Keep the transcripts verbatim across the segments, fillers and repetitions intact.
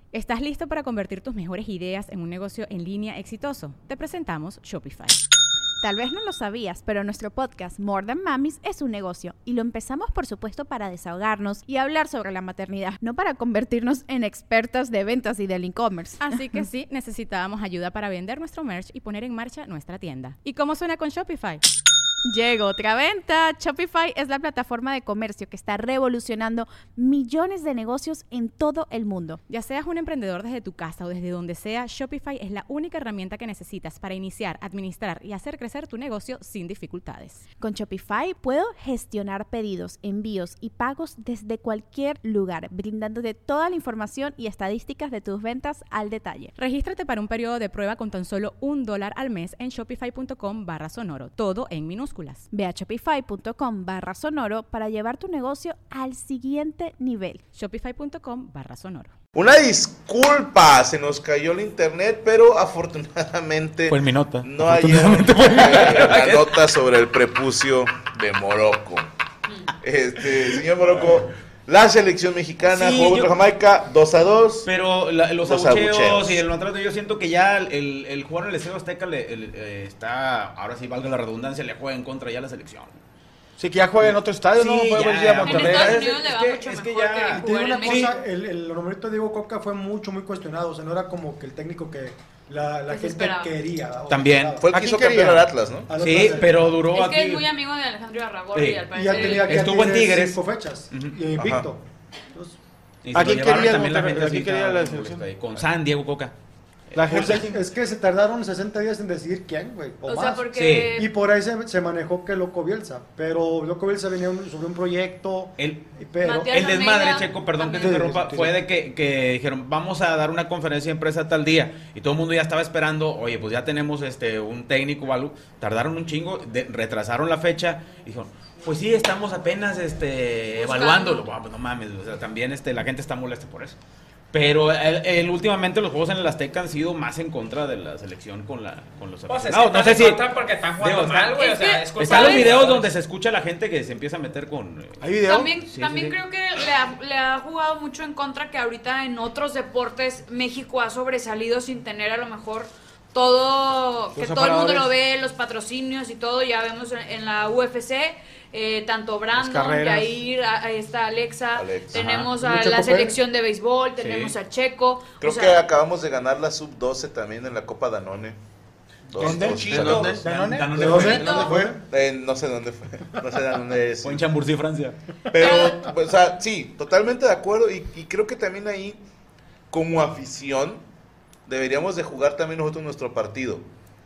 ¿Estás listo para convertir tus mejores ideas en un negocio en línea exitoso? Te presentamos Shopify. Tal vez no lo sabías, pero nuestro podcast More Than Mamis es un negocio y lo empezamos por supuesto para desahogarnos y hablar sobre la maternidad, no para convertirnos en expertas de ventas y del e-commerce. Así que sí, necesitábamos ayuda para vender nuestro merch y poner en marcha nuestra tienda. ¿Y cómo suena con Shopify? Llegó otra venta. Shopify es la plataforma de comercio que está revolucionando millones de negocios en todo el mundo. Ya seas un emprendedor desde tu casa o desde donde sea, Shopify es la única herramienta que necesitas para iniciar, administrar y hacer crecer tu negocio sin dificultades. Con Shopify puedo gestionar pedidos, envíos y pagos desde cualquier lugar, brindándote toda la información y estadísticas de tus ventas al detalle. Regístrate para un periodo de prueba con tan solo un dólar al mes en shopify.com barra sonoro, todo en minúsculas. Ve a shopify.com barra sonoro para llevar tu negocio al siguiente nivel. Shopify.com barra sonoro. Una disculpa, se nos cayó el internet, pero afortunadamente fue en mi nota. No hay la nota sobre el prepucio de Morocco. Este, señor Morocco, la selección mexicana sí, jugó contra Jamaica dos a dos. Pero la, los, los abucheos, abucheos y el maltrato, yo siento que ya el, el jugar en el Estadio Azteca le, el, eh, está, ahora sí valga la redundancia, le juega en contra ya la selección. Sí, que ya juega en otro estadio, sí, ¿no? Ya, Puede ya, Monterrey. En Estados Unidos le va es mucho que, es mejor que ya, que te digo una cosa, sí. el, el nombramiento de Diego Coca fue mucho, muy cuestionado. O sea, no era como que el técnico que la, la gente esperaba. quería. También. Fue el que hizo campeón al Atlas, ¿no? Al sí, Atlas, pero duró es aquí. que es muy amigo de Alejandro Arragorri sí. y al Y parecer ya tenía que estuvo en Tigres. cinco fechas. Uh-huh. Y invicto. Entonces, y ¿A quién quería también la gente ¿A quién quería la selección? Con San Diego Coca. La gente, es que se tardaron sesenta días en decidir quién, güey, o, o más. sea, porque... Sí. Y por ahí se, se manejó que Loco Bielsa, pero Loco Bielsa venía un, sobre un proyecto. El, pero, el desmadre, Checo, perdón también. que te interrumpa, fue de que, que dijeron, vamos a dar una conferencia de empresa tal día, y todo el mundo ya estaba esperando, oye, pues ya tenemos este un técnico o algo, tardaron un chingo, de, retrasaron la fecha, y dijeron, pues sí, estamos apenas este evaluándolo. Bueno, pues no mames, o sea, también este la gente está molesta por eso. Pero el, el, últimamente los juegos en el Azteca han sido más en contra de la selección con la con los aficionados. Pues es que no, no sé si porque están jugando digo, mal, güey. O sea, es están los videos donde se escucha a la gente que se empieza a meter con. Eh, ¿Hay videos? También, sí, también sí, creo que le ha, le ha jugado mucho en contra que ahorita en otros deportes México ha sobresalido sin tener a lo mejor todo, que todo el mundo lo ve, los patrocinios y todo. Ya vemos en, en la U F C. Eh, tanto Brandon, Jair, ahí está Alexa, Alexa. Tenemos Ajá. a la selección de béisbol, tenemos sí. a Checo. Creo o sea, que acabamos de ganar la sub doce también en la Copa Danone. Dos, ¿Dónde? Dos, ¿Dónde? ¿Danone? ¿Danone? ¿Dónde? ¿Dónde fue? Eh, no sé dónde fue. No sé dónde es. Fue en Chambursí, Francia. Pero, pues, o sea, sí, totalmente de acuerdo. Y, y creo que también ahí, como afición, deberíamos de jugar también nosotros nuestro partido.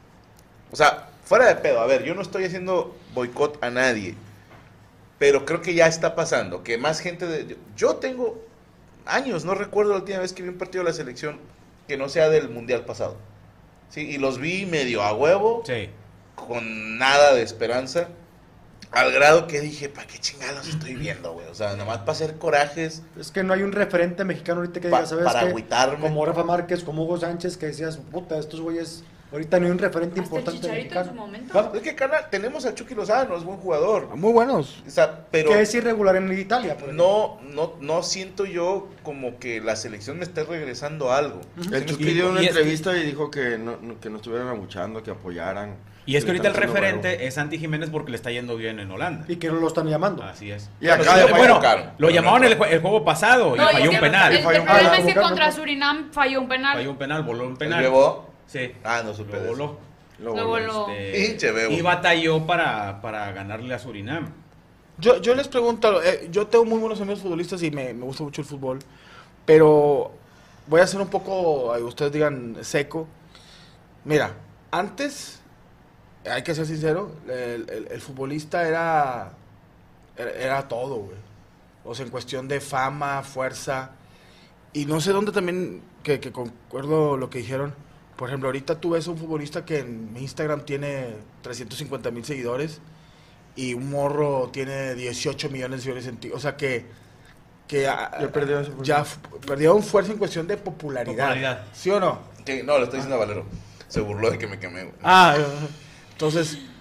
O sea, fuera de pedo. A ver, yo no estoy haciendo boicot a nadie. Pero creo que ya está pasando, que más gente... De, yo tengo años, no recuerdo la última vez que vi un partido de la selección que no sea del Mundial pasado. Sí, y los vi medio a huevo, sí. con nada de esperanza, al grado que dije, ¿para qué chingados estoy viendo, güey? O sea, nomás para hacer corajes. Es que no hay un referente mexicano ahorita que diga, pa, ¿sabes Para qué? agüitarme. Como Rafa Márquez, como Hugo Sánchez, que decías, puta, estos güeyes... Ahorita no hay un referente hasta importante el mexicano. En su momento. Claro, es que carnal, tenemos a Chucky Lozano, es buen jugador. Muy buenos. O sea, pero que es irregular en Italia. Por no, no, no siento yo como que la selección me esté regresando a algo. Uh-huh. El Chucky dio una y entrevista es que, y dijo que no, no, que no estuvieran abuchando, que apoyaran. Y es que ahorita el referente nuevo. es Santi Jiménez porque le está yendo bien en Holanda. Y que no lo están llamando. Así es. Y acá sí, bueno, caro, lo llamaron el, el juego pasado no, y falló un penal. El, el, el problema es que contra Surinam falló un penal. Falló un penal, voló un penal. ¿Llevó? Sí. Ah, no supe. Lo voló. Lo, lo voló. Este, y batalló para, para ganarle a Surinam. Yo, yo les pregunto, eh, yo tengo muy buenos amigos futbolistas y me, me gusta mucho el fútbol, pero voy a ser un poco, ustedes digan, seco. Mira, antes, hay que ser sincero, el, el, el futbolista era, era, era todo, güey. O sea, en cuestión de fama, fuerza, y no sé dónde también, que, que concuerdo lo que dijeron. Por ejemplo, ahorita tú ves a un futbolista que en Instagram tiene trescientos cincuenta mil seguidores y un morro tiene dieciocho millones de seguidores en ti. O sea que, que ya, perdió ya perdieron fuerza en cuestión de popularidad. popularidad. ¿Sí o no? Sí, no, le estoy diciendo a Valero. Se burló de que me quemé. Güey. Ah, entonces,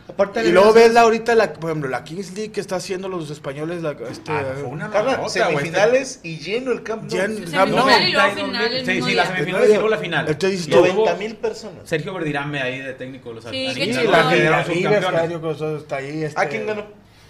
Aparte y luego ves la ahorita, la, por ejemplo, la Kings League que está haciendo los españoles. La, este, Ah, fue una Carnal, nota, semifinales y lleno el campo. Lleno No, el Semifinal no, y luego final el Sí, mismo sí, día. la semifinal y luego la final. Entonces, Lo tuvo noventa mil personas. Sergio Verdirame ahí de técnico de los Sí, Atlantes. qué Sí, chingón. la No, que quedaron la Rivers, subcampeones. que yo- está ahí. Este, ¿A quién ganó?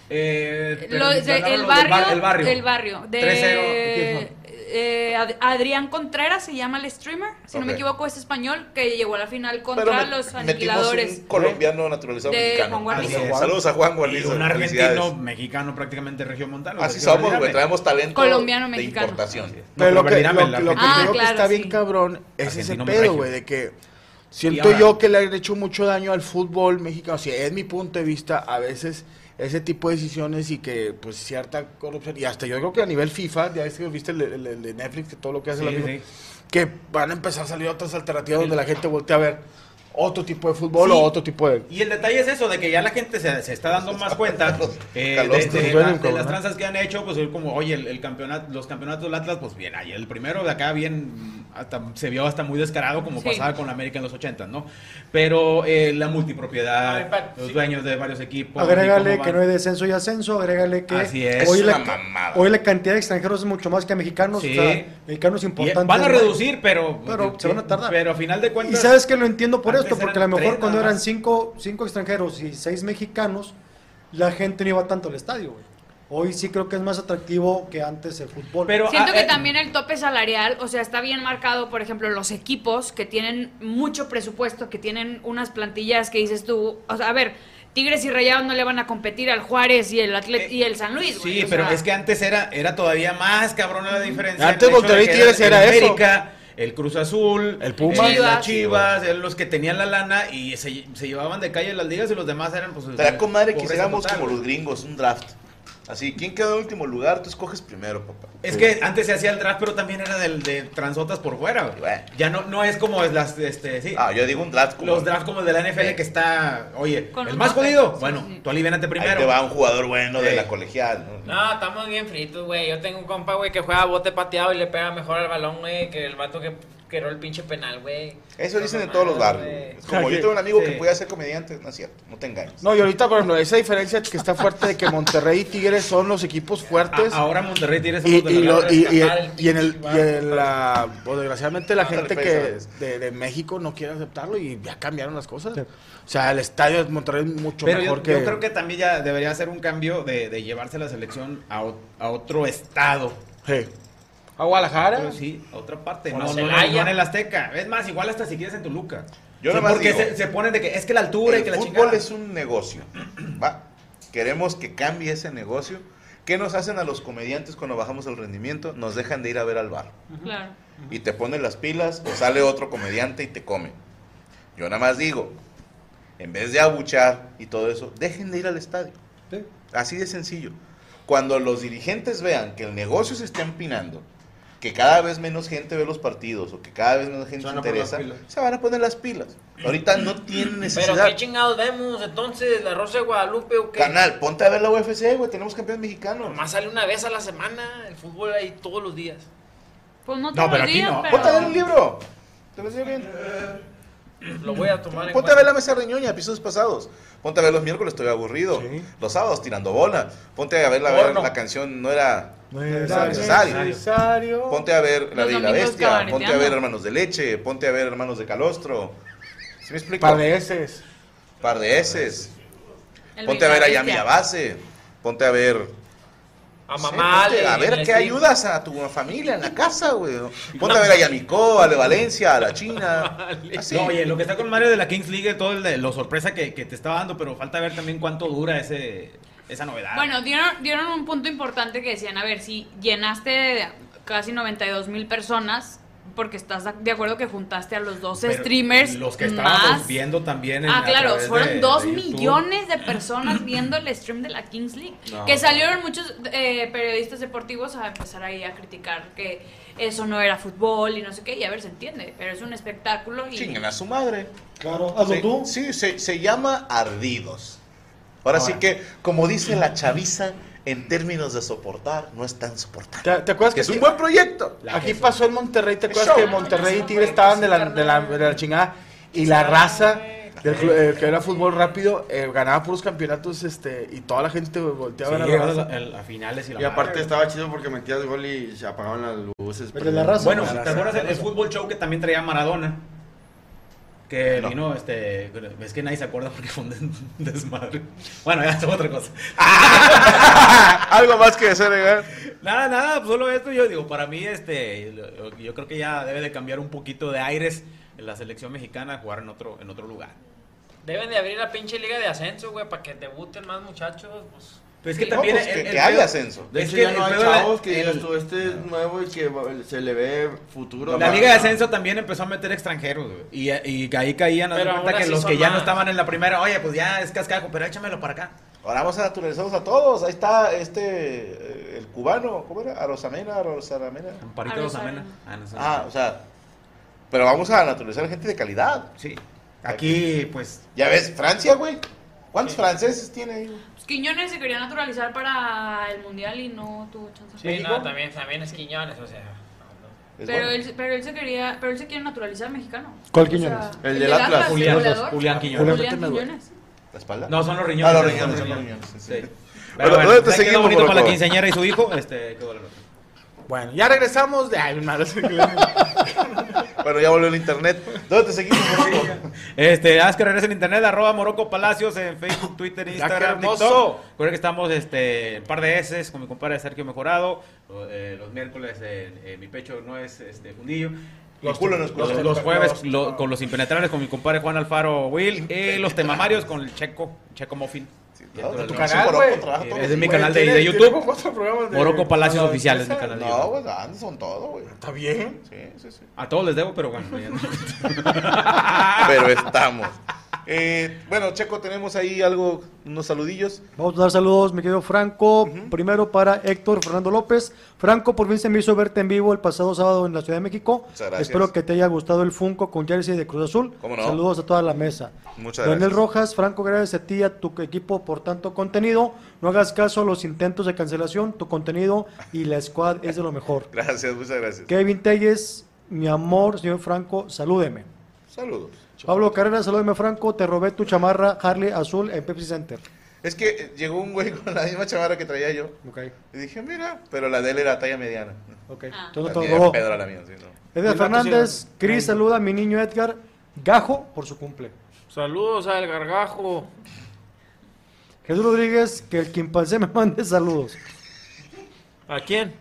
Eh, Lo- de- ganaron el, los barrio, del bar- el barrio. el barrio. De, tres cero. ¿Quién eh, Ad- Adrián Contreras se llama el streamer, si no me Ok. equivoco es español, que llegó a la final contra Pero me- los metimos aniquiladores. un colombiano naturalizado De mexicano. Juan Guarnizo. Así es. Juan. Saludos a Juan Y Guarnizo. un argentino felicidades. mexicano prácticamente regiomontano. Así Sergio somos, Verdirame. güey. Traemos talento Colombiano, de mexicano. importación. No, Pero lo que, Verdirame, lo, el lo que te argentino. digo Ah, que claro, está bien sí. cabrón es ese Argentino pedo, regio. güey, de que Y siento ahora- yo que le han hecho mucho daño al fútbol mexicano. O sea, es mi punto de vista, a veces ese tipo de decisiones y que pues cierta corrupción, y hasta yo creo que a nivel FIFA, ya ves que viste el, el- el de Netflix, que todo lo que hace Sí, la FIFA, sí. que van a empezar a salir otras alternativas donde la gente voltea a ver otro tipo de fútbol Sí. o otro tipo de... Y el detalle es eso, de que ya la gente se, se está dando más cuenta eh, Calostros, de, de duelen, la- de cabrón, las ¿no? tranzas que han hecho, pues como, oye, el, el campeonato, los campeonatos del Atlas, pues bien, ahí el primero de acá bien, hasta, se vio hasta muy descarado como Sí. pasaba con la América en los ochentas, ¿no? Pero eh, la multipropiedad, Ay, pa- los sí. dueños de varios equipos. Agrégale y cómo que van- no hay descenso y ascenso, agrégale que Así es. hoy, Es la, una mamada. hoy la cantidad de extranjeros es mucho más que mexicanos, Sí. o sea, mexicanos Y importantes. van a güey. reducir, pero, Pero se van a tardar. Pero a final de Y cuentas. sabes que lo entiendo por antes esto, porque a eran lo mejor tres cuando nada eran más. cinco, cinco extranjeros y seis mexicanos, la gente no iba tanto al estadio, güey. Hoy sí creo que es más atractivo que antes el fútbol. Pero, Siento ah, que eh, también el tope salarial, o sea, está bien marcado, por ejemplo, los equipos que tienen mucho presupuesto, que tienen unas plantillas que dices tú, o sea, a ver, Tigres y Rayados no le van a competir al Juárez y el Atlet Eh, y el San Luis, güey, Sí, o pero sea, es que antes era, era todavía más cabrona la diferencia. Antes El hecho Monterrey de que Tigres el era eso. América, el Cruz Azul, El Pumas. eh, las Chivas. Chivas, eran los que tenían la lana y se, se llevaban de calle las ligas y los demás eran pues... Estaría con madre que pobreza hiciéramos total, como güey. los gringos, un draft. Así, ¿quién quedó en último lugar? Tú escoges primero, papá. Es que antes se hacía el draft, pero también era del, de transotas por fuera, güey. Bueno. Ya no, no es como es las, este, sí. Ah, yo digo un draft como... Los drafts como el de la N F L que está, oye, Con el un más tope. jodido, Sí, bueno, sí. tú aliviánate Ahí primero. te va un jugador bueno de Sí. la colegial, ¿no? No, estamos bien fritos, güey. Yo tengo un compa, güey, que juega bote pateado y le pega mejor al balón, güey, que el vato que quebró el pinche penal, güey. Eso dicen No en todos los mames, barrios. güey. Es como yo tengo un amigo Sí. que puede ser comediante, no es cierto, no te engañes. No, y ahorita, por ejemplo, esa diferencia que está fuerte de que Monterrey y Tigres son los equipos fuertes. A- ahora Monterrey tiene Y, esos de y, la- lo- y, y- rescatar el y en el, pinche y en la, pues, desgraciadamente la Ándale, gente pues, que ¿sabes? de, de México no quiere aceptarlo y ya cambiaron las cosas. O sea, el estadio de Monterrey es mucho Pero mejor yo, que... yo creo que también ya debería hacer un cambio de, de llevarse la selección a, o- a otro estado. Sí. ¿A Guadalajara? Pero sí, a otra parte. O No, a no, no, Celaya. no en el Azteca. Es más, igual hasta si quieres en Toluca. Yo Sí, nomás porque digo, se, se ponen de que es que la altura y El que la fútbol chingada. es un negocio, ¿va? Queremos que cambie ese negocio. ¿Qué nos hacen a los comediantes cuando bajamos el rendimiento? Nos dejan de ir a ver al bar. claro. Y te ponen las pilas o sale otro comediante y te come. Yo nada más digo, en vez de abuchar y todo eso, dejen de ir al estadio. Sí. Así de sencillo. Cuando los dirigentes vean que el negocio se está empinando, que cada vez menos gente ve los partidos o que cada vez menos gente Se se van a poner interesa, las pilas. se van a poner las pilas. Ahorita no tienen Pero necesidad. qué chingados vemos entonces, la Rosa de Guadalupe o qué. Canal, ponte a ver la U F C, güey, tenemos campeón mexicano. Nomás sale una vez a la semana, el fútbol ahí todos los días. Pues no No, todos pero los aquí días, no. pero... Ponte a ver un libro. ¿Te lo digo bien? Lo voy a tomar en Ponte a ver cuenta. la mesa reñoña, episodios pasados. Ponte a ver los miércoles, estoy aburrido. Sí. Los sábados tirando bola. Ponte a ver la, Porno. la canción, no era No era es necesario. necesario. Ponte a ver La Los Bella y la domingos Bestia. cabareteando. Ponte a ver Hermanos de Leche. Ponte a ver Hermanos de Calostro. ¿Sí me explico? Par de heces. Par de eses. El Ponte a ver a Bestia. Yami Abase. Ponte a ver. A no sé, mamá, ponte a ver qué ayudas a tu familia en la casa, güey. Ponte a ver a Yamicó, a De Valencia, a la China. Así. No, oye, lo que está con Mario de la Kings League, todo el de lo sorpresa que, que te estaba dando, pero falta ver también cuánto dura ese esa novedad. Bueno, dieron, dieron un punto importante que decían, a ver, si llenaste casi noventa y dos mil personas, porque estás de acuerdo que juntaste a los doce Pero streamers los que estábamos más... viendo también en- Ah, a claro, través fueron de- dos de YouTube. millones de personas viendo el stream de la Kings League. No, que no. salieron muchos eh, periodistas deportivos a empezar ahí a criticar que eso no era fútbol y no sé qué, y a ver, se entiende, pero es un espectáculo y... Chinguen a su madre. Claro, hazlo Sí, tú. sí, se, se llama ardidos. Ahora sí que, como dice la chaviza, en términos de soportar, no están soportando. ¿Te, te acuerdas Que que es un sí? buen proyecto. La Aquí jefa. pasó en Monterrey, ¿te Es acuerdas show. que Monterrey y Tigres estaban de la, de la, de la chingada? Y la raza del club, eh, que era fútbol rápido, eh, ganaba puros campeonatos este y toda la gente volteaba Sí, a llegaba ver a, la- a finales y la Y aparte madre. estaba chido porque metías gol y se apagaban las luces. El de la raza. Bueno, La ¿te acuerdas el, el fútbol show que también traía Maradona? Que No. vino, este, es que nadie se acuerda porque fue un des- un desmadre. Bueno, ya es otra cosa. Algo más que desagregar. Nada, nada, pues solo esto yo digo, para mí, este, yo- yo creo que ya debe de cambiar un poquito de aires en la selección mexicana, jugar en otro, en otro lugar. Deben de abrir la pinche liga de ascenso, güey, para que debuten más muchachos, pues. Pues es que No, también pues el- que, el que haya pedo- ascenso. De Es hecho, que ya el no hay pedo de la- chavos que digas el- tú, este es nuevo y que va- se le ve futuro. La Va- Liga de Ascenso también empezó a meter extranjeros, güey. Y, y ahí caían, haz de Pero cuenta aún que así los son que ya no más. estaban en la primera, oye, pues ya es cascajo, pero échamelo para acá. Ahora vamos a naturalizarlos a todos. Ahí está este, eh, el cubano, ¿cómo era? Arosamena, Arosamena. Amparito A Rosamena. Rosamena. Ah, no sé. Ah, o sea, pero vamos a naturalizar gente de calidad. Sí. Aquí, pues, Ya ves, Francia, güey. ¿Cuántos franceses tiene ahí, güey? Pues Quiñones se quería naturalizar para el mundial y no tuvo chance. Sí, ¿México? no, también, también es Quiñones, o sea. Es Pero bueno. él, pero él se quería, pero él se quiere naturalizar mexicano. ¿Cuál O sea, Quiñones? El del Atlas. Julián, goleador. Julián Quiñones. Julián Julián Quiñones. ¿La espalda? No, son los riñones. Ah, los riñones, son los riñones. riñones. Sí. Sí. Bueno, Pero bueno, ¿dónde te ¿sabes qué es lo seguimos, bonito para la Morocco? quinceañera y su hijo? Este, qué bueno. Bueno, ya regresamos de ay, malo. Bueno, ya volvió el internet. ¿Dónde te seguimos, Morocco? Este, haz que regrese en internet, arroba Morocco Palacios en Facebook, Twitter, Ya, Instagram, qué hermoso. TikTok. Recuerden que estamos este, un par de S con mi compadre Sergio Mejorado. Eh, los miércoles eh, eh, mi pecho no es este, fundillo. Los culos no es Los, culo. los jueves lo- con los impenetrables con mi compadre Juan Alfaro Will. Y los temamarios con el Checo, Checo Muffin. Y No, entonces, tu no, canal, Morocco güey. trabaja Eh, todo. ese es mi Güey, canal de, tiene- de tiene YouTube. como cuatro programas de- Morocco Palacios para la Oficiales, mi empresa. canal de No, YouTube. güey, andan son todo, güey. Está bien. Sí, sí, sí. A todos les debo, pero bueno. ya. Pero estamos. Eh, bueno, Checo, tenemos ahí algo, unos saludillos. Vamos a dar saludos, mi querido Franco. Primero para Héctor Fernando López. Franco, por fin se me hizo verte en vivo el pasado sábado en la Ciudad de México. Muchas gracias. Espero que te haya gustado el Funko con jersey de Cruz Azul. ¿Cómo no? Saludos a toda la mesa. Muchas Daniel gracias. Rojas, Franco, gracias a ti y a tu equipo por tanto contenido. No hagas caso a los intentos de cancelación. Tu contenido y la squad es de lo mejor. Gracias, muchas gracias. Kevin Telles, mi amor, señor Franco, salúdeme. Saludos. Pablo Carrera, salúdeme Franco, te robé tu chamarra Harley azul en Pepsi Center. Es que eh, llegó un güey con la misma chamarra que traía yo. Ok, Y dije, mira, pero la de él era talla mediana. ok. Ah. Entonces La te mía robó. Pedro era la mía, sí, no. Edgar El vato Fernández, sí era- Cris, saluda a mi niño Edgar Gajo por su cumple. Saludos al gargajo. Jesús Rodríguez, que el quimpancé me mande saludos. ¿A quién?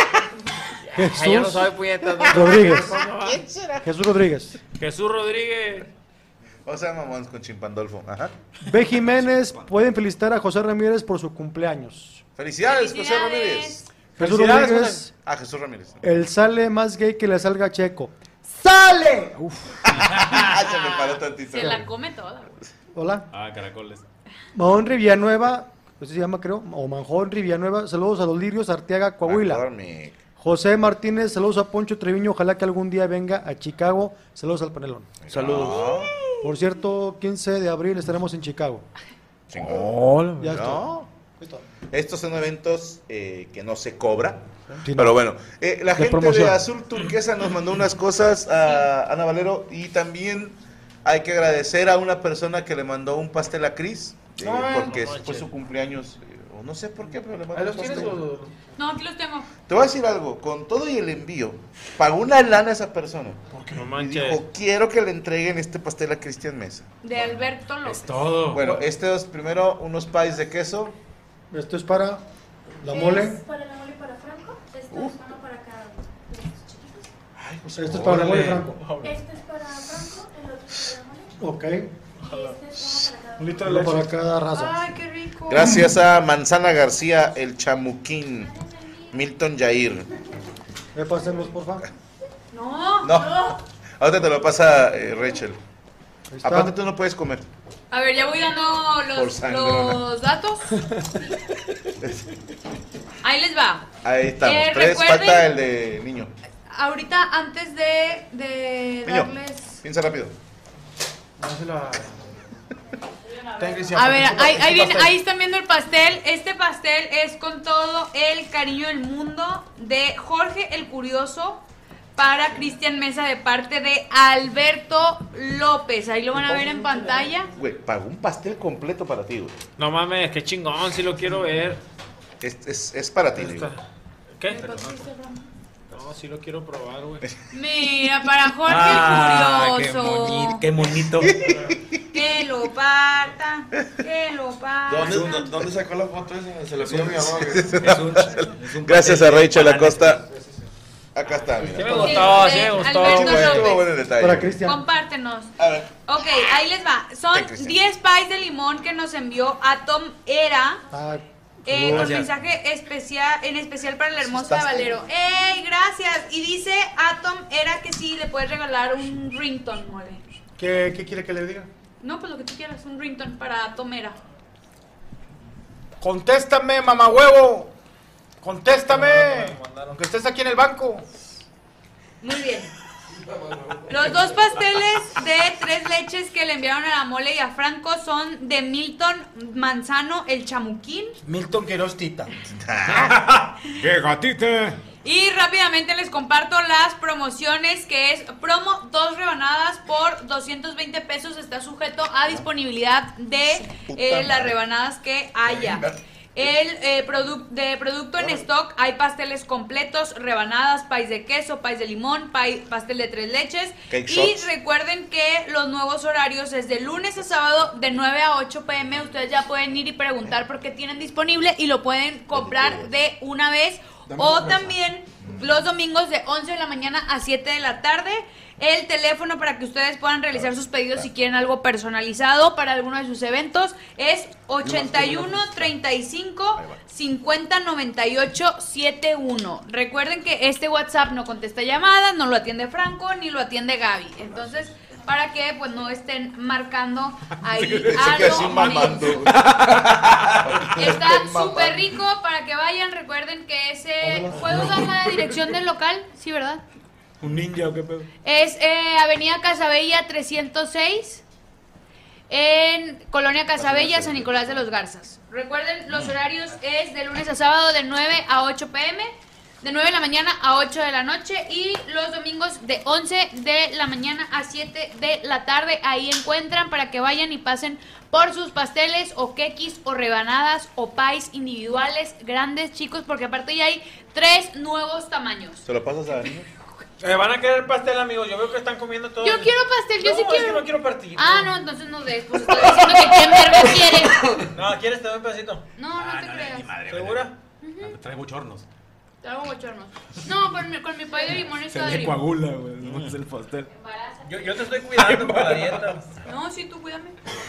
Jesús Ay, yo no soy puñetas. no. Rodríguez. ¿Cómo va? Jesús Rodríguez. Jesús Rodríguez. O sea, mamón con Chimpandolfo. Ajá. B. Jiménez, pueden felicitar a José Ramírez por su cumpleaños. Felicidades, José Felicidades. Ramírez. Jesús Felicidades, Rodríguez, Ah, Jesús Ramírez. el sale más gay que le salga a Checo. ¡Sale! Uf, Ah, se me paró tantito. Se la come toda. hola. Ah, caracoles. Mahón Villanueva, así se llama creo, o Manjón Villanueva, saludos a los Lirios Arteaga, Coahuila. McCormick. José Martínez, saludos a Poncho Treviño, ojalá que algún día venga a Chicago, saludos al panelón. Saludos. Por cierto, quince de abril estaremos en Chicago. Chingón. Ya está. No. Estos son eventos eh, que no se cobra. Sí, no. Pero bueno, eh, la De gente promoción. de Azul Turquesa nos mandó unas cosas a Ana Valero y también hay que agradecer a una persona que le mandó un pastel a Cris eh, Ah, porque no fue manches. su cumpleaños. eh, o no sé por qué, pero le mandó ¿Ahí un los tienes pastel. o...? No, aquí los tengo. Te voy a decir algo, con todo y el envío, pagó una lana a esa persona. No Y manches. dijo, quiero que le entreguen este pastel a Cristian Mesa. De Alberto López. Es todo. Bueno, este es primero unos pies de queso. Esto es para la mole. Es para la mole para Franco. Este es uno para cada uno de estos chiquitos. Ay, pues, Esto es para la mole órale. Franco. Este es para Franco, el otro es para la mole. Ok, Y este es uno para cada Un uno. litro de uno leche. para cada raza. Ay, qué rico. Gracias a Manzana García, el Chamuquín, Milton Yair. ¿Me pasan los porfa? No. No, ahorita te lo pasa eh, Rachel. Ahí está. Aparte tú no puedes comer. A ver, ya voy dando Por los, sangrona. los datos. Ahí les va. Ahí estamos. Eh, Tres, recuerden- falta el de niño. Ahorita, antes de, de Niño, darles... piensa rápido. Dásela. Ten, Cristian, A porque ver, es un ahí, pastel, ahí, es un viene- pastel. ahí están viendo el pastel. Este pastel es con todo el cariño del mundo de Jorge el Curioso para Cristian Mesa de parte de Alberto López. Ahí lo van a ver en pantalla. Güey, pagó un pastel completo para ti, güey. No mames, qué chingón, sí lo quiero ver. Es, es, es para ti, digo. ¿Qué? No, sí lo quiero probar, güey. Mira, para Jorge Ah, el qué Curioso. bonito, qué bonito. Que lo parta, que lo parta. ¿Dónde, ¿Dónde sacó la foto esa? Se la pidió a mi mamá. Es un, es un Gracias a pastel de Rachel bananas. Acosta. Acá está, mira. Sí me gustó, sí me gustó. Alberto Estuvo López. bueno el detalle. Para Cristian. Compártenos. A ver. Ok, ahí les va. Son ¿Qué, Cristian? diez pies de limón que nos envió Atom Era. Ah, Eh, con Gracias. mensaje especial, en especial para la hermosa Asustaste. Valero. ¡Ey, gracias! Y dice Atom Era que sí, le puedes regalar un ringtone, mole. ¿Qué, ¿Qué quiere que le diga? No, pues lo que tú quieras, un ringtone para Atom Era. Contéstame, mamá huevo. Contéstame. Aunque estés aquí en el banco. Muy bien. Los dos pasteles de tres leches que le enviaron a la mole y a Franco son de Milton Manzano, el chamuquín. Milton Quiroz Tita. ¡Qué gatita! Y rápidamente les comparto las promociones, que es promo dos rebanadas por doscientos veinte pesos. Está sujeto a disponibilidad de eh, las rebanadas que haya. El eh, produ- de producto en stock hay pasteles completos, rebanadas, país de queso, país de limón, pay- pastel de tres leches. Cake Y shots. recuerden que los nuevos horarios es de lunes a sábado de nueve a ocho pm. Ustedes ya pueden ir y preguntar por qué tienen disponible y lo pueden comprar de una vez. O también los domingos de once de la mañana a siete de la tarde. El teléfono para que ustedes puedan realizar sus pedidos si quieren algo personalizado para alguno de sus eventos es ochenta y uno, treinta y cinco, cincuenta, noventa y ocho, setenta y uno. Recuerden que este WhatsApp no contesta llamadas, no lo atiende Franco ni lo atiende Gaby. Entonces, para que pues no estén marcando ahí a que así lo mamando. menso. Está súper rico para que vayan. Recuerden que ese... ¿Puedo dar la dirección del local? Sí, ¿verdad? ¿Un ninja o qué pedo? Es eh, Avenida Casabella trescientos seis, en Colonia Casabella, San Nicolás de los Garzas. Recuerden, los horarios es de lunes a sábado de nueve a ocho pm, de nueve de la mañana a ocho de la noche, y los domingos de once de la mañana a siete de la tarde. Ahí encuentran para que vayan y pasen por sus pasteles o quequis o rebanadas o pies individuales, grandes, chicos, porque aparte ya hay tres nuevos tamaños. ¿Se lo pasas a Daniel? Eh, van a querer pastel, amigos. Yo veo que están comiendo todo. Yo quiero pastel, yo no, sí es quiero. que no quiero partir. Ah, no, entonces no des, pues estoy diciendo que quién verga quiere. No, ¿quieres te doy un pedacito? No, no Ah, te no, creas. ni madre, ¿Segura? güey. Trae bochornos. Te hago bochornos. No, con mi, con mi pay de limón Se está le de coagula, güey. No es el pastel. Yo, yo te estoy cuidando con la dieta. No, sí, tú cuídame.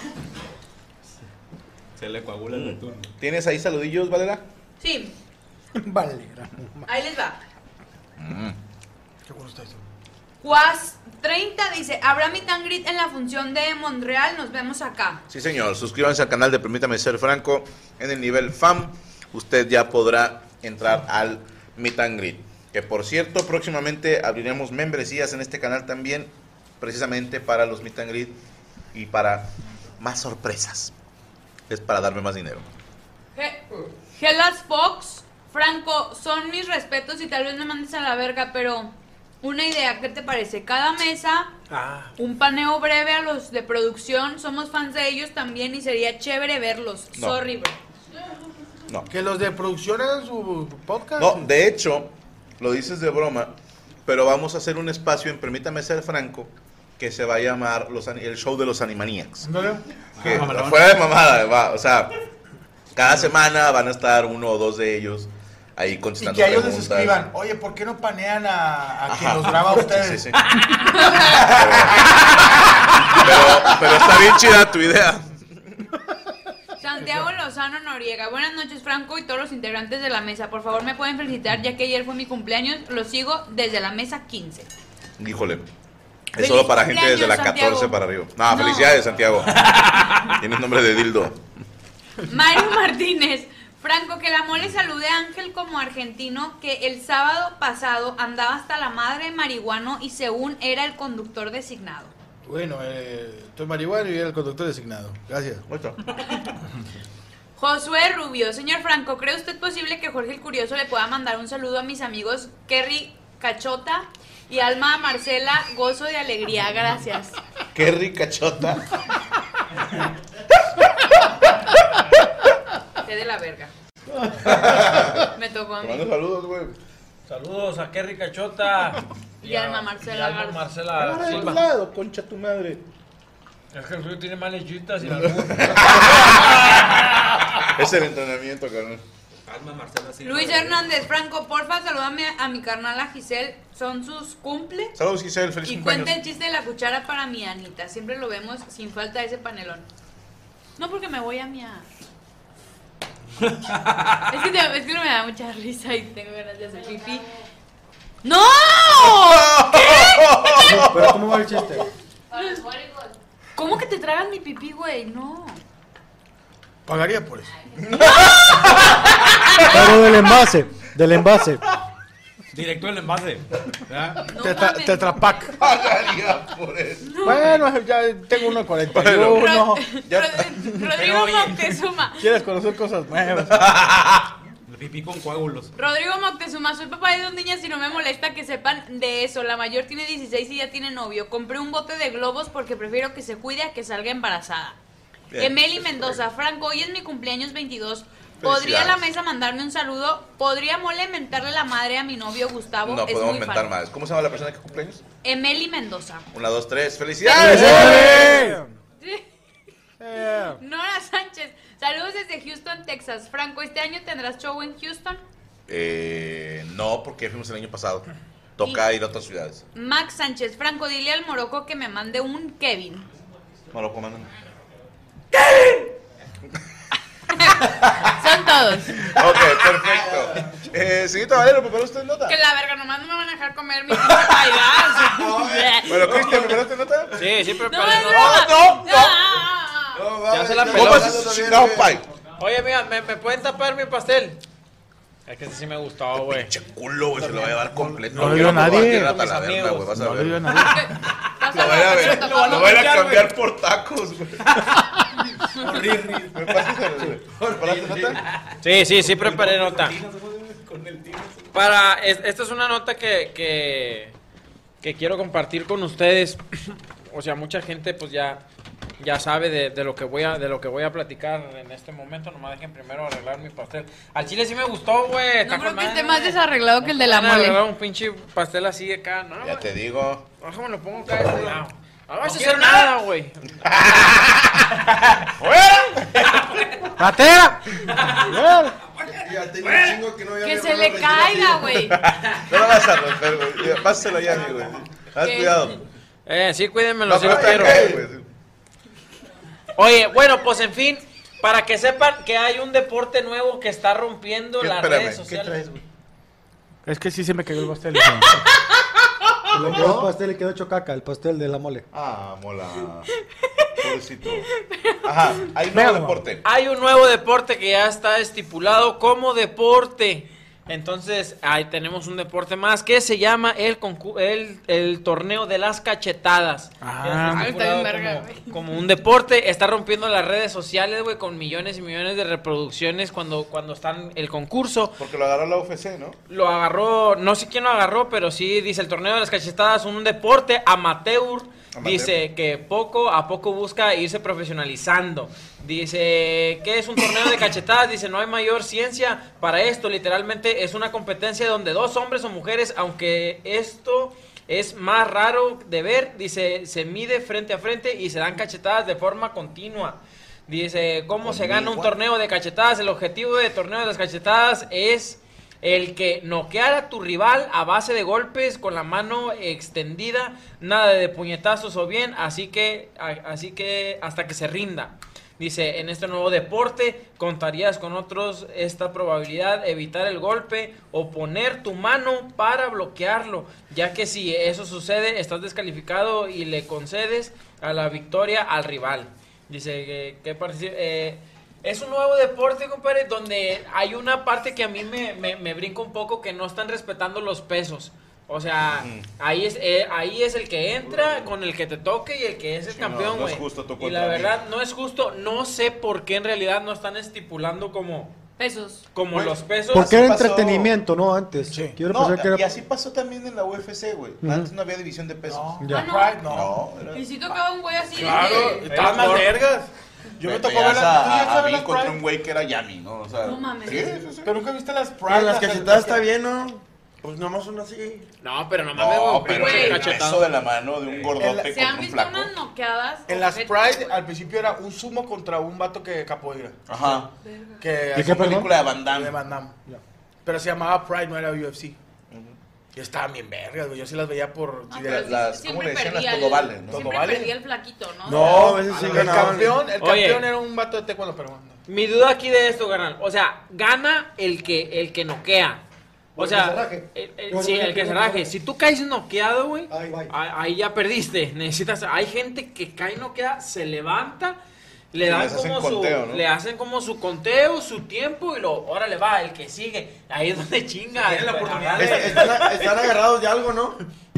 Se le coagula el turno. ¿Tienes ahí saludillos, Valera? Sí, Valera. ahí les va. Qué bueno está eso. Cuas treinta dice, habrá meet and greet en la función de Montreal, nos vemos acá. Sí, señor. Suscríbanse al canal de Permítame Ser Franco. En el nivel F A M, usted ya podrá entrar al Meet and Greet. Que por cierto, próximamente abriremos membresías en este canal también, precisamente para los Meet and Greet y para más sorpresas. Es para darme más dinero. He- Hellas Fox, Franco, son mis respetos y tal vez me mandes a la verga, pero una idea, ¿qué te parece? Cada mesa, Ah. un paneo breve a los de producción, somos fans de ellos también y sería chévere verlos. No. Sorry, bro. No. Que los de producción hagan su podcast. No, de hecho, lo dices de broma, pero vamos a hacer un espacio en Permítame Ser Franco que se va a llamar los, ani- el show de los Animaniacs. ¿No? Que, Ah, mamalón. fuera de mamada, va, o sea, cada semana van a estar uno o dos de ellos ahí Y contestando que ellos les preguntas. escriban, oye, ¿por qué no panean a, a quien Ajá. los graba a Sí, ustedes? sí, sí. Pero, pero está bien chida tu idea. Santiago Lozano Noriega, buenas noches Franco y todos los integrantes de la mesa. Por favor me pueden felicitar ya que ayer fue mi cumpleaños. Lo sigo desde la mesa quince. Híjole. Es Feliz solo para gente desde la cumpleaños, catorce Santiago. para arriba. No, No. felicidades, Santiago. Tienes nombre de dildo. Mario Martínez, Franco, que la mole salude a Ángel como argentino que el sábado pasado andaba hasta la madre de marihuano y según era el conductor designado. Bueno, eh, estoy marihuana y era el conductor designado. Gracias. Muerto. Josué Rubio, señor Franco, ¿cree usted posible que Jorge el Curioso le pueda mandar un saludo a mis amigos Kerry Cachota Y Alma Marcela, gozo de alegría, gracias. Qué rica chota. Qué de la verga. Me tocó a Te mí. mando saludos, güey. Saludos a qué rica chota. Y Alma Marcela y Alma Garza. Marcela Ahora de Silva. lado, concha tu madre. Es que el frío tiene más lechitas y la luz. Es el entrenamiento, carnal. Alma Marcela Silva. Luis Hernández, Franco, porfa, salúdame a mi carnala Giselle. Son sus cumple. Saludos, Giselle, feliz Y cumpleaños. cuenta el chiste de la cuchara para mi Anita. Siempre lo vemos sin falta ese panelón. No, porque me voy a mi a... es, que te- es que no me da mucha risa y tengo ganas de hacer pipí. ¡No! ¿Qué? No, pero ¿cómo va el chiste? ¿Cómo que te tragas mi pipí, güey? No. Pagaría por eso. Pero del envase, del envase. Directo el envase. ¿verdad? No Tetra, mames. tetrapack. Pagaría por eso. Bueno, ya tengo uno de cuarenta y Bueno. uno. Ya- Rod- Rodrigo Moctezuma. ¿Quieres conocer cosas nuevas? El pipí con coágulos. Rodrigo Moctezuma, soy papá de dos niñas y no me molesta que sepan de eso. La mayor tiene dieciséis y ya tiene novio. Compré un bote de globos porque prefiero que se cuide a que salga embarazada. Bien. Emeli Mendoza, Franco, hoy es mi cumpleaños veintidós. ¿Podría Felicidades. la mesa mandarme un saludo? ¿Podría Mole mentarle la madre a mi novio Gustavo? No es podemos muy mentar fan. más. ¿Cómo se llama la persona que cumpleaños? Emeli Mendoza. Una, dos, tres. ¡Felicidades! Nora Sánchez, saludos desde Houston, Texas. Franco, ¿este año tendrás show en Houston? Eh, no, porque fuimos el año pasado. Toca ir a otras ciudades. Max Sánchez, Franco, dile al Morocco que me mande un Kevin. No lo comandan. Son todos. Ok, perfecto. Eh, señorita Valero, ¿preparó usted nota? Que la verga, nomás no me van a dejar comer mi pinche paidazo. Bueno, Cristian, ¿preparó usted nota? Sí, sí, No, preparé. es ¿no? broma. no, no. Ah, Ya se la ¿Cómo peló. es ese chingado pie? Oye, amiga, ¿me, ¿me pueden tapar mi pastel? Es que ese sí me gustó, güey. Pinche culo, güey, se lo va a llevar completo. No lo vio nadie. Quiero Con mis la verga, amigos. güey, vas a No le digo ver. nada. Lo voy a ver. Lo van a Lo voy a voltear, cambiar por tacos, güey. ¿Me pasas el- ¿Preparaste nota? Sí, sí, sí preparé nota. Para, es- esta es una nota que, que, que quiero compartir con ustedes. O sea, mucha gente pues ya, ya sabe de, de lo que voy a, de lo que voy a platicar en este momento. Nomás dejen primero arreglar mi pastel. Al chile sí me gustó, güey. está No creo con que madre, esté más güey. desarreglado que el de la Van a arreglar mole. un pinche pastel así acá, ¿no? Ya te digo. Déjame lo pongo acá de este lado. No vas a quiero hacer nada, güey. ¡Ratera! Ya tenía un chingo que no había Que mi se hermano le recién caiga, nacido. güey. No lo vas a romper, güey. Ya, pásalo ya, mi güey. Haz ¿Qué? cuidado. Eh, sí, cuídenmelo, No, sí pero lo te quiero. cae, güey. Oye, bueno, pues en fin, para que sepan que hay un deporte nuevo que está rompiendo ¿Qué- las espérame, redes ¿qué sociales. traes, güey? Es que sí se me cayó el pastel. Le quedó el pastel y quedó hecho caca, el pastel de la mole. Ah, mola. Pobrecito. Ajá, hay un nuevo Venga, deporte. Hay un nuevo deporte que ya está estipulado como deporte. Entonces, ahí tenemos un deporte más que se llama el concu- el, el torneo de las cachetadas. Ah. Ya está Ay, está estipulado bien verga, como, güey. como un deporte. Está rompiendo las redes sociales, güey, con millones y millones de reproducciones cuando, cuando están el concurso. Porque lo agarró la U F C, ¿no? Lo agarró, no sé quién lo agarró, pero sí dice el torneo de las cachetadas, un deporte amateur. Amateur. Dice que poco a poco busca irse profesionalizando. Dice que es un torneo de cachetadas. Dice no hay mayor ciencia para esto. Literalmente es una competencia donde dos hombres o mujeres, aunque esto es más raro de ver, dice se mide frente a frente y se dan cachetadas de forma continua. Dice cómo se gana un torneo de cachetadas. El objetivo del torneo de las cachetadas es el que noquear a tu rival a base de golpes con la mano extendida, nada de puñetazos o bien, así que, a- así que hasta que se rinda. Dice, en este nuevo deporte contarías con otros esta probabilidad, evitar el golpe o poner tu mano para bloquearlo, ya que si eso sucede, estás descalificado y le concedes a la victoria al rival. Dice que, que partici- eh, es un nuevo deporte, compadre, donde hay una parte que a mí me, me, me brinca un poco, que no están respetando los pesos. O sea, ahí es eh, ahí es el que entra con el que te toque y el que es el Sí, campeón, no, no es güey. justo tú Y contra la mí. verdad, no es justo. No sé por qué en realidad no están estipulando como... Pesos. Como Güey, los pesos. Porque así era pasó. entretenimiento, ¿no? Antes. Sí. Quiero No, pensar que era... y así pasó también en la U F C, güey. Ujú. Antes no había división de pesos. No, Ya. Ah, no. Pride, no. No, era... Y si tocaba un güey así de Claro, que- estaban más por- vergas. Yo me tocó ver Veías las. ¿Tú ya a, a, sabes mí las contra Pride? un güey que era Yami, ¿no? O sea, No mames. sí, sí, sí. Pero nunca viste las Pride. Ah, las las- cachetadas está bien, ¿no? Pues nomás son así. No, pero no mames, No, güey. pero Güey. el Cachetado. peso de la mano de un gordote ¿Se han contra un visto flaco. unas noqueadas? En las ojetes, Pride, güey? al principio era un sumo contra un vato que capoeira. Ajá. Que ¿Y qué, Una perdón? película de Van Damme. De Van Damme. Pero se llamaba Pride, no era U F C. Y estaban bien vergas, güey. Yo sí las veía por. Ah, sí, pero de- las- las- siempre ¿cómo le decían? perdía Las el- todo vale, ¿no? Siempre Todo vale. perdía el flaquito, ¿no? No, a veces sí el ganaban. campeón, el Oye. campeón era un vato de taekwondo, pero bueno. Mi duda aquí de esto, carnal. O sea, gana el que, el que noquea. O O el que sea, se raje. el- el- Yo sí, no el que quiero se que raje. se Si tú caes noqueado, güey, Ahí va. ahí, ahí ya perdiste. Necesitas. Hay gente que cae noqueada, se levanta, le Sí, dan les hacen como su, conteo, ¿no? le hacen como su conteo, su tiempo y lo, órale va, el que sigue. Ahí es donde chinga. Tienen la oportunidad Es- de- Están, están agarrados de algo, ¿no?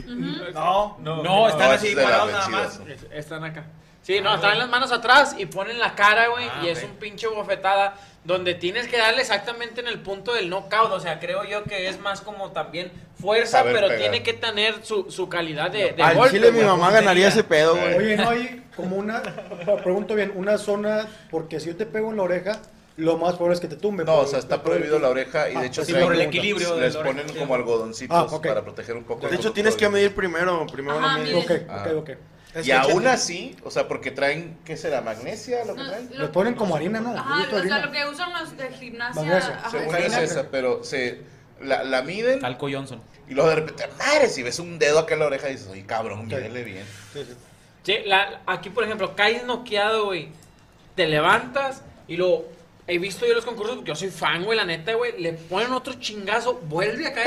No, No, están No, así es de la parados nada vencida, más. eso. Están acá. Sí, no, están las manos atrás y ponen la cara, güey, Ah, y es ok. un pinche bofetada donde tienes que darle exactamente en el punto del knockout. O sea, creo yo que es más como también fuerza, Saber pero pegar. tiene que tener su, su calidad de, de Al golpe. chile mi güey. mamá ganaría ese pedo, güey. Oye, no hay como una... Pregunto bien, una zona... Porque si yo te pego en la oreja, lo más probable es que te tumbe. No, por- o sea, está por el- prohibido la oreja y Ah, de hecho pues Sí, traen- por el equilibrio de les la ponen oreja. como algodoncitos Ah, ok. para proteger un poco. De el hecho, conducto tienes que del- medir primero. Primero Ajá, lo mide. mides. Ok, Ah. ok, ok. Es Y que aún cheque. así, o sea, porque traen, ¿qué será? ¿Magnesia lo que No, traen? lo- Le ponen como harina, ¿no? Yo he Ajá, visto o sea, harina. lo que usan los de gimnasia. Magnesia. ajá, Según sí. yo es esa, pero se la, la miden Talco Johnson. y luego de repente, madre, si ves un dedo acá en la oreja dices, oye, cabrón, mídele bien. Sí, la- aquí, por ejemplo, caes noqueado, güey. Te levantas y lo. He visto yo los concursos, yo soy fan, güey, la neta, güey. Le ponen otro chingazo, vuelve a caer.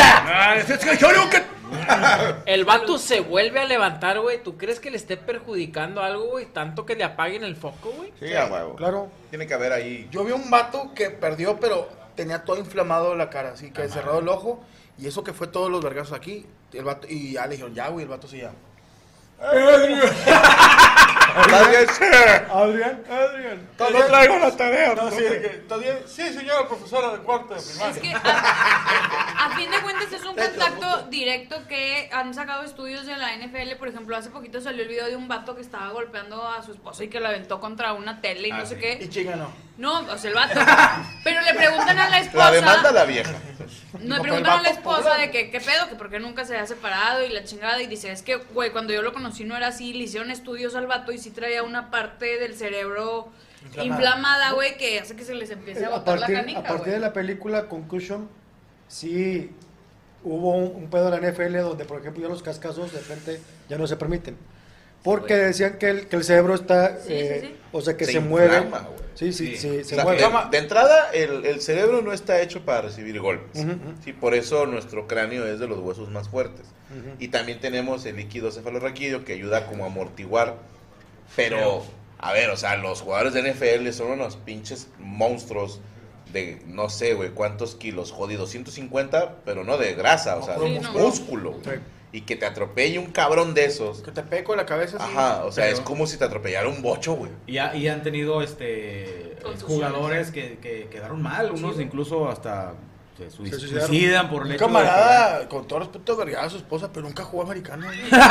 El vato se vuelve a levantar, güey. ¿Tú crees que le esté perjudicando algo, güey? Tanto que le apaguen el foco, güey. Sí, a huevo. Claro. Tiene que haber ahí. Yo vi un vato que perdió, pero tenía todo inflamado la cara, así que cerrado el ojo. Y eso que fue todos los vergazos aquí. El vato, y ya le dijeron, ya, güey, el vato se llama. Adrián, Adrián. No traigo la tarea. No, sí, de que, ¿está bien? Sí, señora profesora de cuarto de primaria. Es que a, a fin de cuentas es un contacto directo que han sacado estudios de la N F L. Por ejemplo, hace poquito salió el video de un vato que estaba golpeando a su esposa y que la aventó contra una tele y no Ah, sé sí. qué. Y chinga no. No, o sea, el vato. Pero le preguntan a la esposa. La demanda a la vieja. No, le No, preguntan pero a el la vato esposa pobre. de que qué pedo, que por qué nunca se ha separado y la chingada. Y dice, es que, güey, cuando yo lo conocí no era así. Le hicieron estudios al vato y sí traía una parte del cerebro Inflamada. inflamada, güey, que hace que se les empiece a A botar partir, la a canica, partir de güey. la película Concussion, sí hubo un, un pedo en la N F L donde, por ejemplo, ya los cascazos de frente ya no se permiten. Porque decían que el, que el cerebro está, Sí, eh, sí, sí. o sea, que se, Se mueve. inflama, güey. Sí, sí, Sí. sí, O se sea, mueve. de, de entrada, el, el cerebro no está hecho para recibir golpes. Ujú, ujú. Sí, por eso nuestro cráneo es de los huesos más fuertes. Ujú. Y también tenemos el líquido cefalorraquídeo que ayuda como a amortiguar. Pero, a ver, o sea, los jugadores de N F L son unos pinches monstruos de no sé, güey, cuántos kilos, jodido, ciento cincuenta, pero no de grasa, o sea, puro de músculo. músculo. Sí. Y que te atropelle un cabrón de esos. Que te peco en la cabeza así. Ajá, o sea, Pero- es como si te atropellara un bocho, güey. Y, ha- y han tenido este Contusiones. jugadores que, que quedaron mal, unos incluso hasta se sui- Se suicidaron. suicidan por el Un hecho de camarada, con todo respeto, vergaba a su esposa, pero nunca jugó americano. güey. que-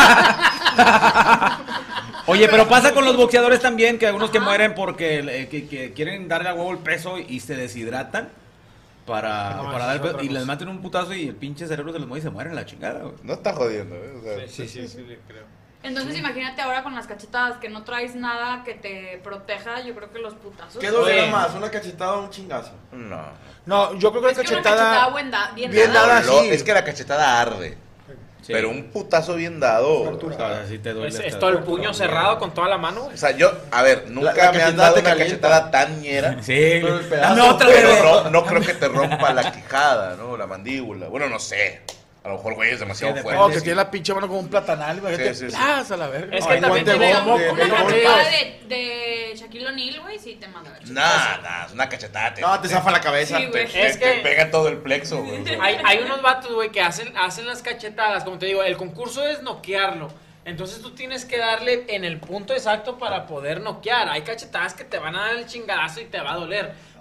Oye, pero pasa con los boxeadores también, que hay unos que mueren porque eh, que, que quieren darle a huevo el peso y se deshidratan para, No, para eso dar el es peso, otra y les cosa. maten un putazo y el pinche cerebro se les mueve y se mueren a la chingada, güey. No está jodiendo, ¿eh? O sea, Sí, sí, sí, le creo. Entonces imagínate ahora con las cachetadas que no traes nada que te proteja, yo creo que los putazos. ¿Qué dolerá Oye. más? ¿Una cachetada o un chingazo? No. No, yo creo que Es la que una cachetada. cachetada buen da- bien, bien dada. dada. Lo- sí. Es que la cachetada arde. Sí. Pero un putazo bien dado. Tortura. o sea, O sea, sí te duele Es, hasta- es todo el puño cerrado con toda la mano, güey. O sea, yo, a ver, nunca La- la me han cachetada dado te una calienta. cachetada tan ñera. Sí, Pero el pedazo- dame otra, Pero bebé. no, no creo que te rompa la quijada, ¿no? La mandíbula. Bueno, no sé. A lo mejor, güey, es demasiado Que fuerte. No, que sí. tiene la pinche mano como un platanal, imagínate. Sí, sí, sí. ¡plas! A la verga. Es No, que hay también guante tiene- bombo, Una, de- una de- cachetada de- de, de Shaquille O'Neal, güey, sí te manda a ver. Nah, nah, es una cachetada. Te, No, te zafa la cabeza. Sí, güey. te- Es te que- pega todo el plexo, güey. o sea. Hay, hay unos vatos, güey, que hacen, hacen las cachetadas. Como te digo, el concurso es noquearlo. Entonces tú tienes que darle en el punto exacto para poder noquear. Hay cachetadas que te van a dar el chingadazo y te va a doler.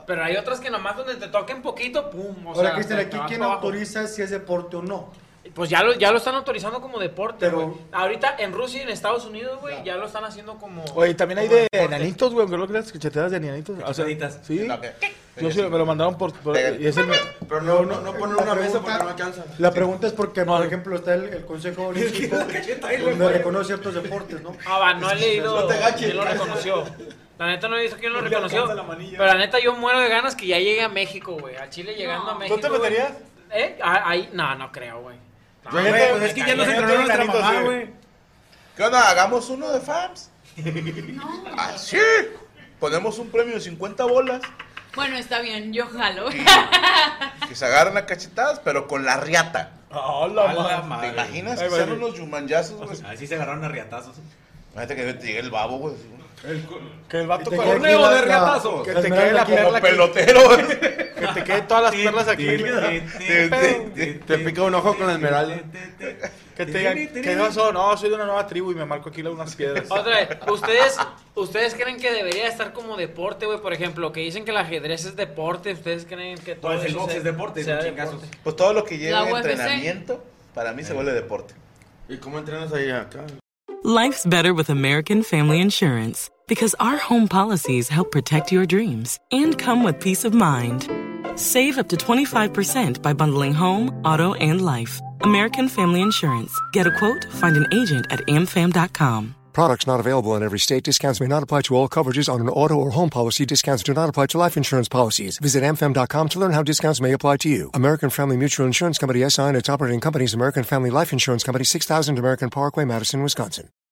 Pero hay otras que nomás donde te toquen poquito, pum. O Ahora, sea, Cristian, te- aquí te vas quién para abajo. autoriza si es deporte o no. Pues ya lo, ya lo están autorizando como deporte, Pero- güey. Ahorita en Rusia y en Estados Unidos, güey, ya lo están haciendo como... Oye, también hay como de deporte. enanitos, güey, aunque lo creas, cacheteadas de enanitos. O sea, Cachetitas. sí. No, ¿qué? Yo sí, me lo mandaron por... por- Pégale. y es el- Pero no, no, no ponen La una mesa pregunta- porque no alcanza. La pregunta es porque, por ejemplo, está el, el Consejo Olímpico donde reconoce ciertos deportes, ¿no? Ah, va, no he leído No te agaches. quién lo reconoció. La neta no he visto quién lo No le reconoció. alcanza la manilla. Pero la neta yo muero de ganas que ya llegue a México, güey. A Chile llegando a México. ¿Tú te meterías? güey. ¿Eh? Ah, Ahí, no, no creo, güey. No, Güey, güey, pues es que ya nos Yo entrenó tengo nuestra enanitos, mamá, sí. güey. ¿Qué onda? Hagamos uno de fans. Ah, sí. Ponemos un premio de cincuenta bolas. Bueno, está bien, yo jalo. Que se agarran a cachetadas, pero con la riata. ¡Oh, A la la madre! madre. ¿Te imaginas? Ay, Que sean vale. unos yumanjazos, güey. Así se agarraron a riatazos. Imagínate que te llegue el babo, güey. Que el vato Y te con queda un aquí Torneo la- de la- riatazos. Que la te esmeralda quede la aquí. perla Como aquí. pelotero, güey. Que te queden todas las perlas aquí. Te pica un ojo con la esmeralda. Que te digan, ¿qué pasó? No, soy de una nueva tribu y me marco aquí unas piedras. Otra vez, ¿ustedes, ¿ustedes creen que debería estar como deporte, güey? Por ejemplo, que dicen que el ajedrez es deporte. ¿Ustedes creen que todo Pues el eso box sea- es deporte, sea son chingazos. deporte? Pues todo lo que lleve La U F C. entrenamiento, para mí se vuelve deporte. ¿Y cómo entrenas ahí acá? Life's better with American Family Insurance because our home policies help protect your dreams and come with peace of mind. Save up to twenty-five percent by bundling home, auto, and life. American Family Insurance. Get a quote, find an agent at a m fam dot com. Products not available in every state. Discounts may not apply to all coverages on an auto or home policy. Discounts do not apply to life insurance policies. Visit a m fam dot com to learn how discounts may apply to you. American Family Mutual Insurance Company S I and its operating companies, American Family Life Insurance Company, six thousand American Parkway, Madison, Wisconsin.